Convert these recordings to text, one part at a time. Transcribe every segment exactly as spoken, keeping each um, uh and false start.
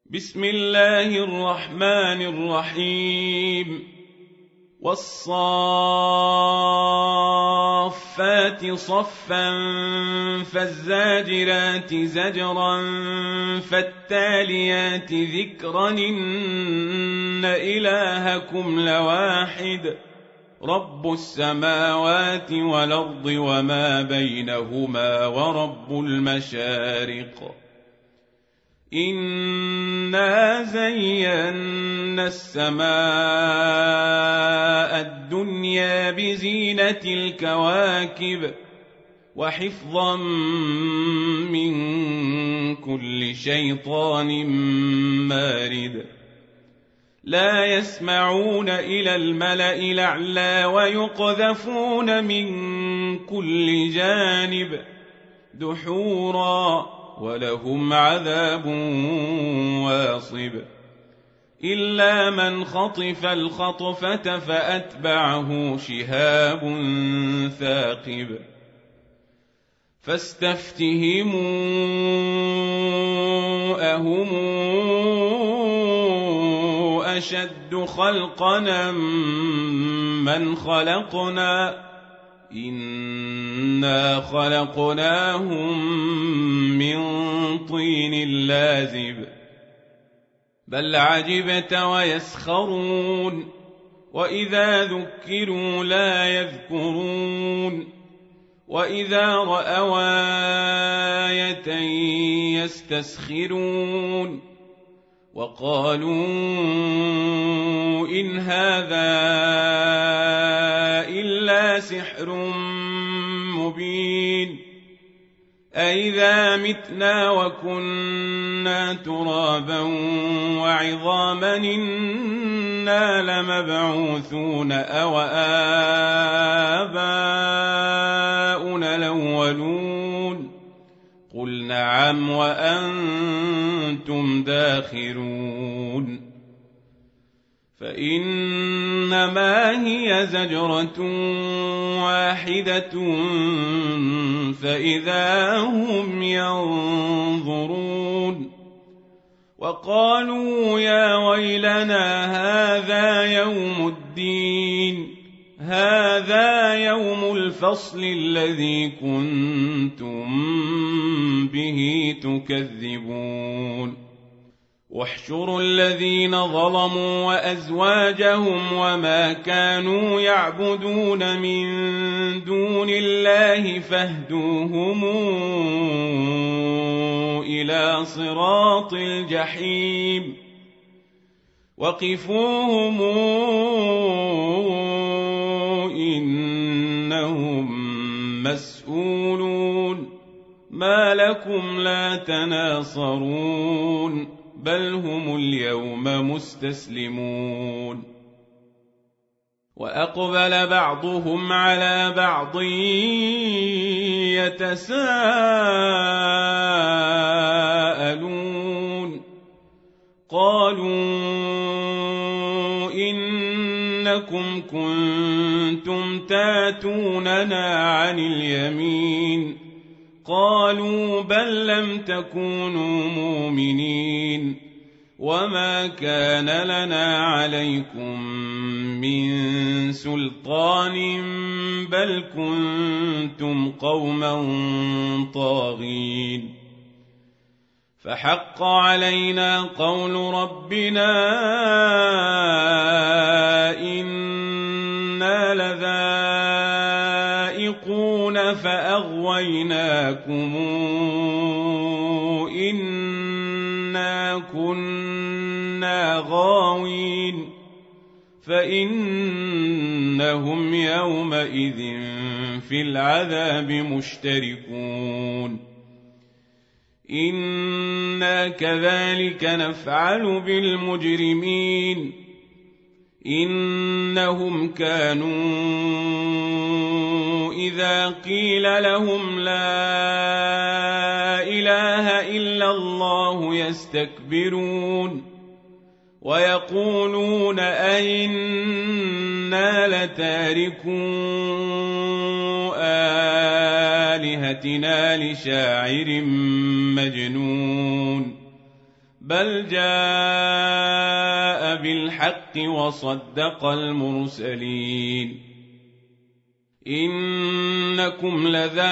بسم الله الرحمن الرحيم والصافات صفا فالزاجرات زجرا فالتاليات ذكرا إن إلهكم لواحد رب السماوات والأرض وما بينهما ورب المشارق إنا زينا السماء الدنيا بزينة الكواكب وحفظا من كل شيطان مارد لا يسمعون إلى الملأ الأعلى ويقذفون من كل جانب دحورا ولهم عذاب واصب إلا من خطف الخطفة فأتبعه شهاب ثاقب فاستفتهموا أهم أشد خلقنا من خلقنا إنا خلقناهم من طين لازب بل عجبت ويسخرون وإذا ذكروا لا يذكرون وإذا رأوا آية يستسخرون وقالوا إن هذا إلا سحر مبين أإذا متنا وكنا ترابا وعظاما إنا لمبعوثون أو آباؤنا الأولون قل نعم وأنتم داخرون فإنما هي زجرة واحدة فإذا هم ينظرون وقالوا يا ويلنا هذا يوم الدين هذا يوم الفصل الذي كنتم به تكذبون واحشروا الذين ظلموا وأزواجهم وما كانوا يعبدون من دون الله فاهدوهم إلى صراط الجحيم وقفوهم إنهم مسؤولون ما لكم لا تناصرون بل هم اليوم مستسلمون وأقبل بعضهم على بعض يتساءلون قالوا إنكم كنتم تاتوننا عن اليمين قالوا بل لم تكونوا مؤمنين وما كان لنا عليكم من سلطان بل كنتم قوما طاغين فحق علينا قول ربنا إنا لذائقون فأغويناكم إنا كنا غاوين فإنهم يومئذ في العذاب مشتركون إنا كذلك نفعل بالمجرمين إنهم كانوا إذا قيل لهم لا إله إلا الله يستكبرون ويقولون أئنا لتاركو آلهتنا لشاعر مجنون بل جاء بالحق وصدق المرسلين إنكم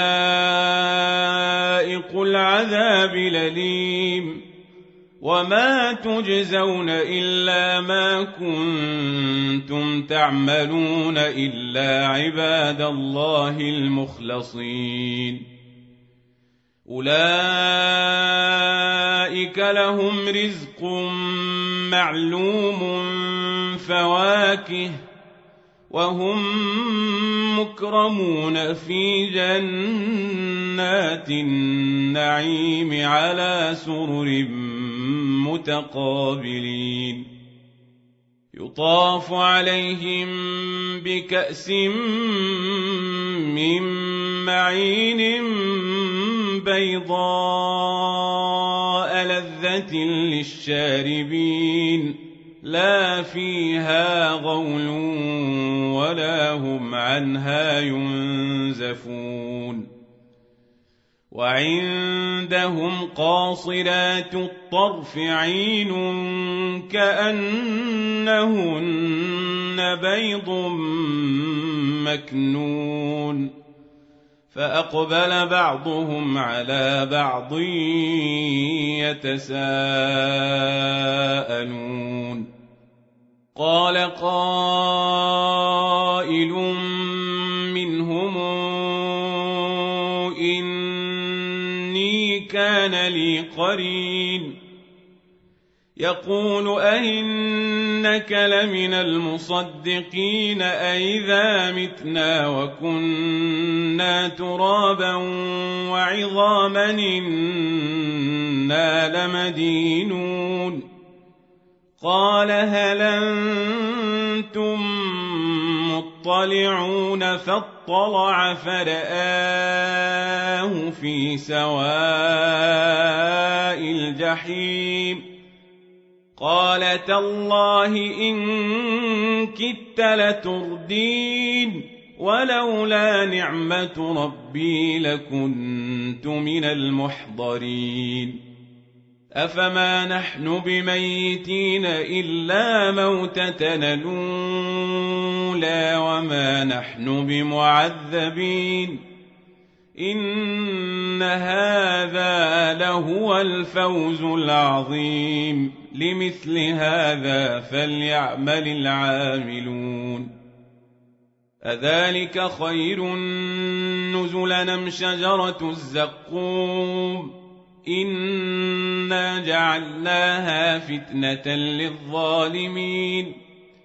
لذائق العذاب الأليم وما تجزون إلا ما كنتم تعملون إلا عباد الله المخلصين أولئك لهم رزق معلوم فواكه وهم مكرمون في جنات النعيم على سرر متقابلين يطاف عليهم بكأس من معين بيضاء لذة للشاربين لا فيها غول ولا هم عنها ينزفون وعندهم قاصرات الطرف عين كأنهن بيض مكنون فأقبل بعضهم على بعض يتساءلون قال قائل منهم إني كان لي قرين يقول أئنك لمن المصدقين أئذا متنا وكنا ترابا وعظاما إنا لمدينون قال هل أنتم مطلعون فاطلع فرآه في سواء الجحيم قال تالله إن كدت لتردين ولولا نعمة ربي لكنت من المحضرين أفما نحن بميتين إلا موتتنا الأولى وما نحن بمعذبين إن هذا لهو الفوز العظيم لمثل هذا فليعمل العاملون أذلك خير نزلا أم شجرة الزقوم إنا جعلناها فتنة للظالمين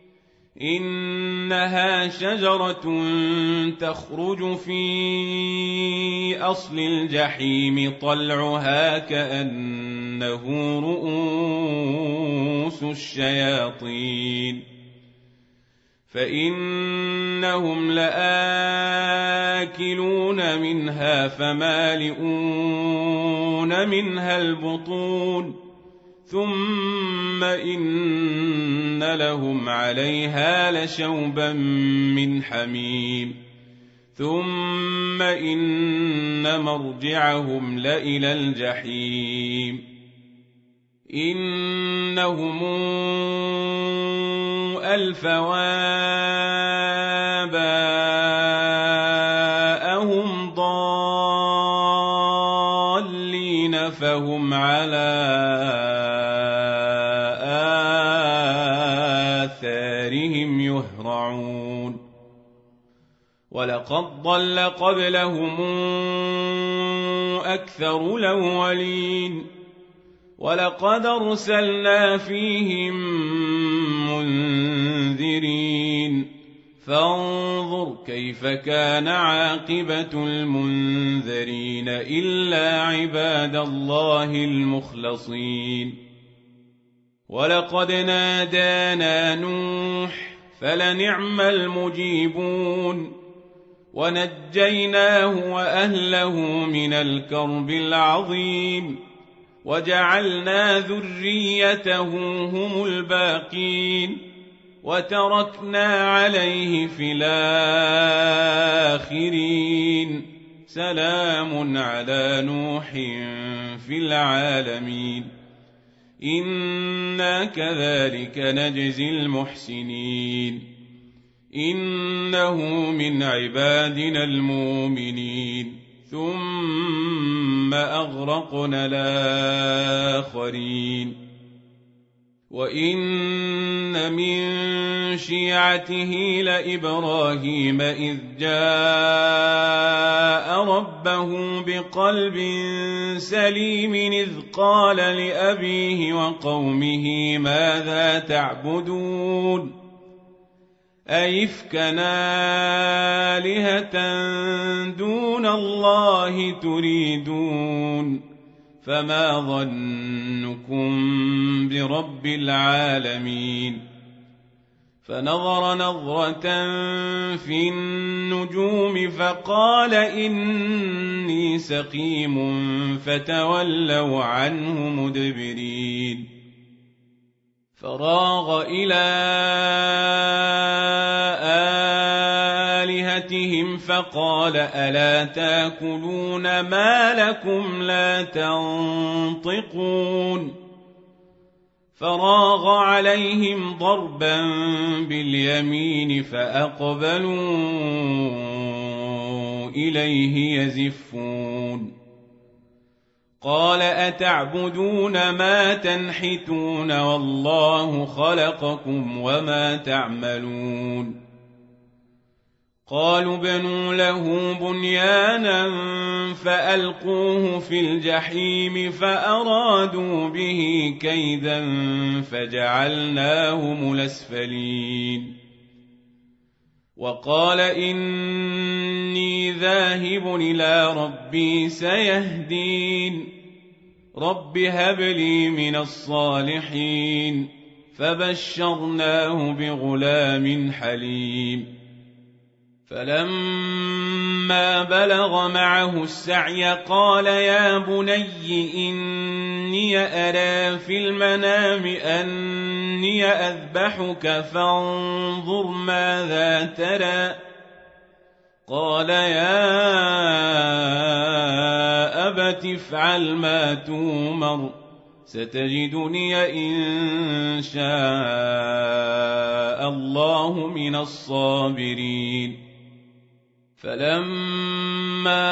إنها شجرة تخرج في أصل الجحيم طلعها كأنه رؤوس الشياطين فإنهم لآكلون منها فمالئون منها البطون ثم إن لهم عليها لشوبا من حميم ثم إن مرجعهم لإلى الجحيم إنهم ألفوا آباءهم ضالين فهم على آثارهم يهرعون ولقد ضل قبلهم أكثر الأولين ولقد أرسلنا فيهم منذرين فانظر كيف كان عاقبة المنذرين إلا عباد الله المخلصين ولقد نادانا نوح فلنعم المجيبون ونجيناه وأهله من الكرب العظيم وجعلنا ذريته هم الباقين وتركنا عليه في الآخرين سلام على نوح في العالمين إنا كذلك نجزي المحسنين إنه من عبادنا المؤمنين ثم أغرقنا الآخرين وإن من شيعته لإبراهيم إذ جاء ربه بقلب سليم إذ قال لأبيه وقومه ماذا تعبدون أئفكا آلهة دون الله تريدون فما ظنكم برب العالمين فنظر نظرة في النجوم فقال إني سقيم فتولوا عنه مدبرين فراغ إلى آلهتهم فقال ألا تأكلون ما لكم لا تنطقون فراغ عليهم ضربا باليمين فأقبلوا إليه يزفون قال أتعبدون ما تنحتون والله خلقكم وما تعملون قالوا بنوا له بنيانا فألقوه في الجحيم فأرادوا به كيدا فجعلناهم الأسفلين وقال إني ذاهب إلى ربي سيهدين رب هب لي من الصالحين فبشرناه بغلام حليم فلما بلغ معه السعي قال يا بني إني أرى في المنام أني أذبحك فانظر ماذا ترى قال يا أبت افعل ما تؤمر ستجدني إن شاء الله من الصابرين فلما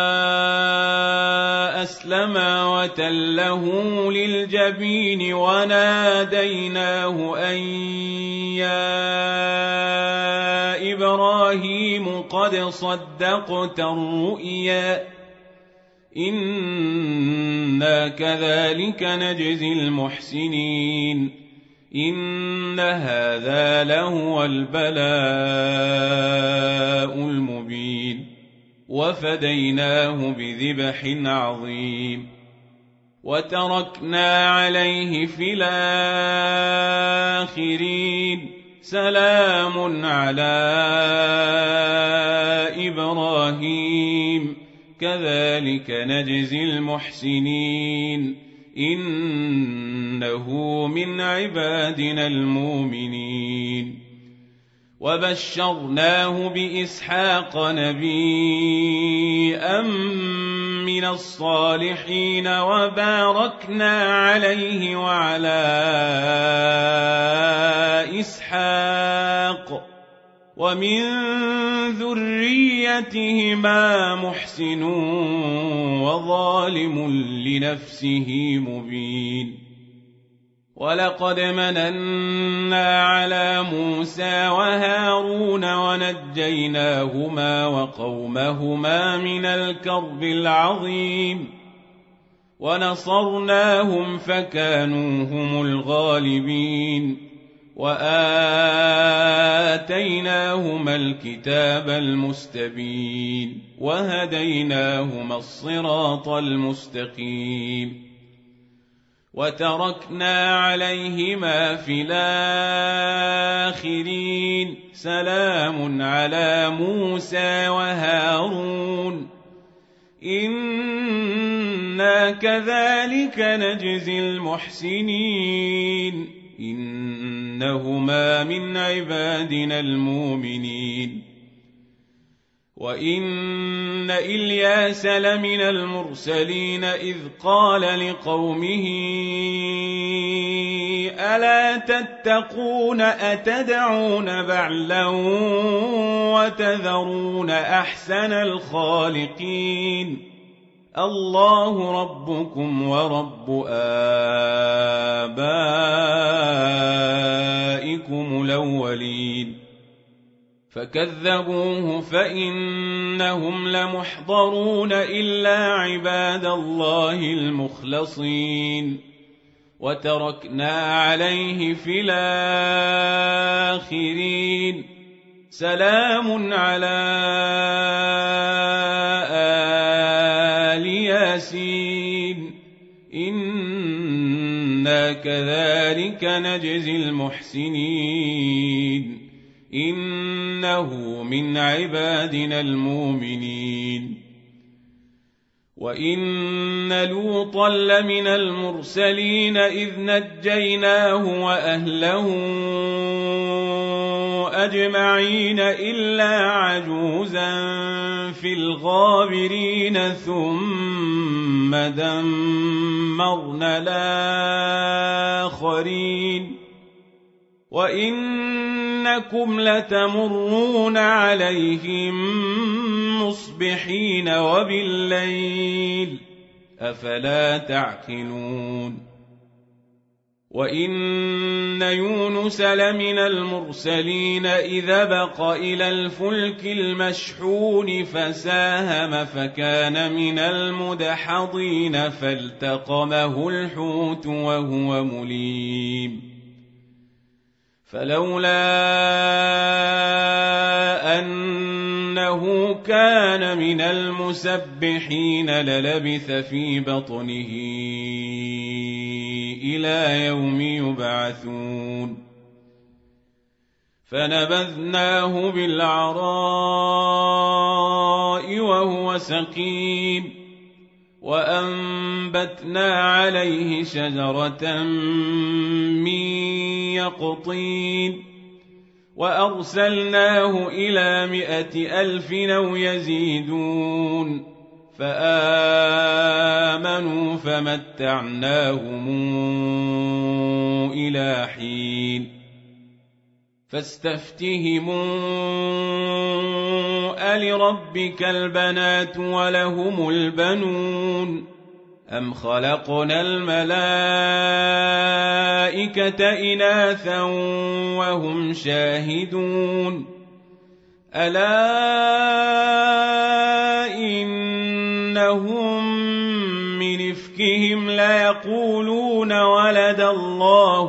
أسلما وتله للجبين وناديناه أن يا إبراهيم قد صدقت الرؤيا إنا كذلك نجزي المحسنين إن هذا لهو البلاء المبين وفديناه بذبح عظيم وتركنا عليه في الآخرين سلام على إبراهيم كذلك نجزي المحسنين إنه من عبادنا المؤمنين وبشرناه بإسحاق نبيا من الصالحين وباركنا عليه وعلى إسحاق ومن ذريتهما محسن وظالم لنفسه مبين ولقد مننا على موسى وهارون ونجيناهما وقومهما من الكرب العظيم ونصرناهم فكانوا هم الغالبين وآتيناهما الكتاب المستبين وهديناهما الصراط المستقيم وتركنا عليهما في الآخرين سلام على موسى وهارون إنا كذلك نجزي المحسنين إنهما من عبادنا المؤمنين وإن إلياس لمن المرسلين إذ قال لقومه ألا تتقون أتدعون بعلا وتذرون أحسن الخالقين الله ربكم ورب آبائكم الأولين فكذبوه فإنهم لمحضرون إلا عباد الله المخلصين وتركنا عليه في الآخرين سلام على آل ياسين إنا كذلك نجزي المحسنين إنه من عبادنا المؤمنين وإن لوطا لمن المرسلين إذ نجيناه وأهله أجمعين إلا عجوزا في الغابرين ثم دمرنا الآخرين وإنكم لتمرون عليهم مصبحين وبالليل أفلا تعقلون وإن يونس لمن المرسلين إذا بق إلى الفلك المشحون فساهم فكان من المدحضين فالتقمه الحوت وهو مليم فلولا أنه كان من المسبحين للبث في بطنه إلى يوم يبعثون فنبذناه بالعراء وهو سقيم وأنبتنا عليه شجرة من يقطين وأرسلناه إلى مائة ألف أو يزيدون فآمنوا فمتعناهم إلى حين فاستفتهموا ألربك البنات ولهم البنون أم خلقنا الملائكة إناثا وهم شاهدون ألا إنهم من إفكهم ليقولون ولد الله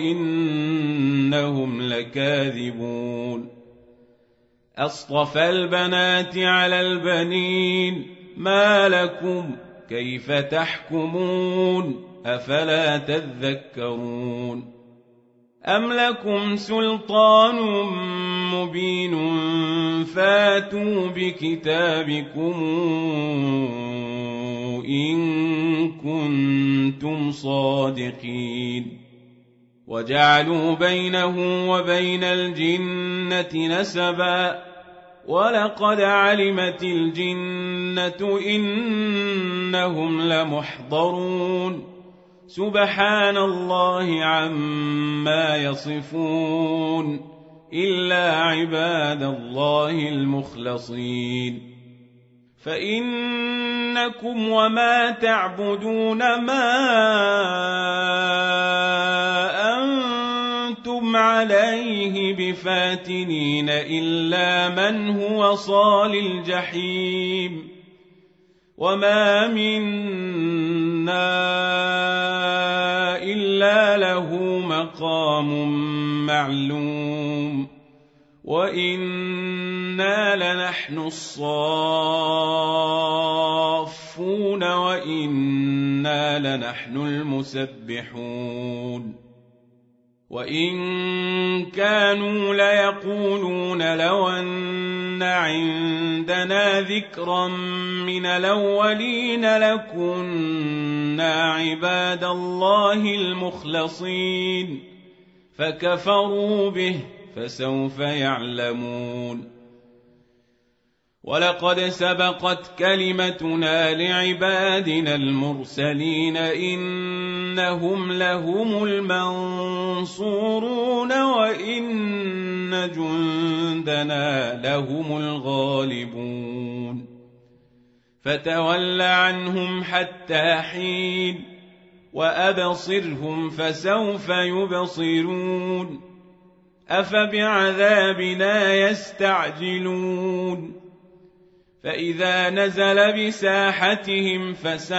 وإنهم لكاذبون أصطفى البنات على البنين ما لكم كيف تحكمون أفلا تذكرون أم لكم سلطان مبين فاتوا بكتابكم إن كنتم صادقين وجعلوا بينه وبين الجنة نسبا ولقد علمت الجنة إنهم لمحضرون سبحان الله عما يصفون إلا عباد الله المخلصين فإنكم وما تعبدون ما أنتم عليه بفاتنين إلا من هو صال الجحيم وما منا إلا له مقام معلوم وإنا لنحن الصافون وإنا لنحن المسبحون وإن كانوا ليقولون لو أن عندنا ذكرا من الأولين لكنا عباد الله المخلصين فكفروا به فسوف يعلمون ولقد سبقت كلمتنا لعبادنا المرسلين إنهم لهم المنصورون وإن جندنا لهم الغالبون فتول عنهم حتى حين وأبصرهم فسوف يبصرون أفبعذابنا يستعجلون فإذا نزل بساحتهم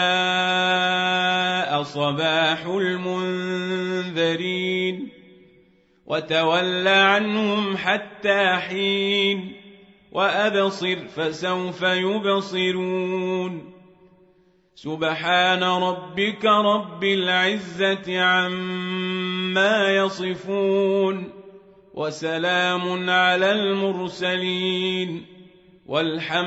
فساء صباح المنذرين وتول عنهم حتى حين وأبصر فسوف يبصرون سبحان ربك رب العزة عما يصفون وسلام على المرسلين والحمد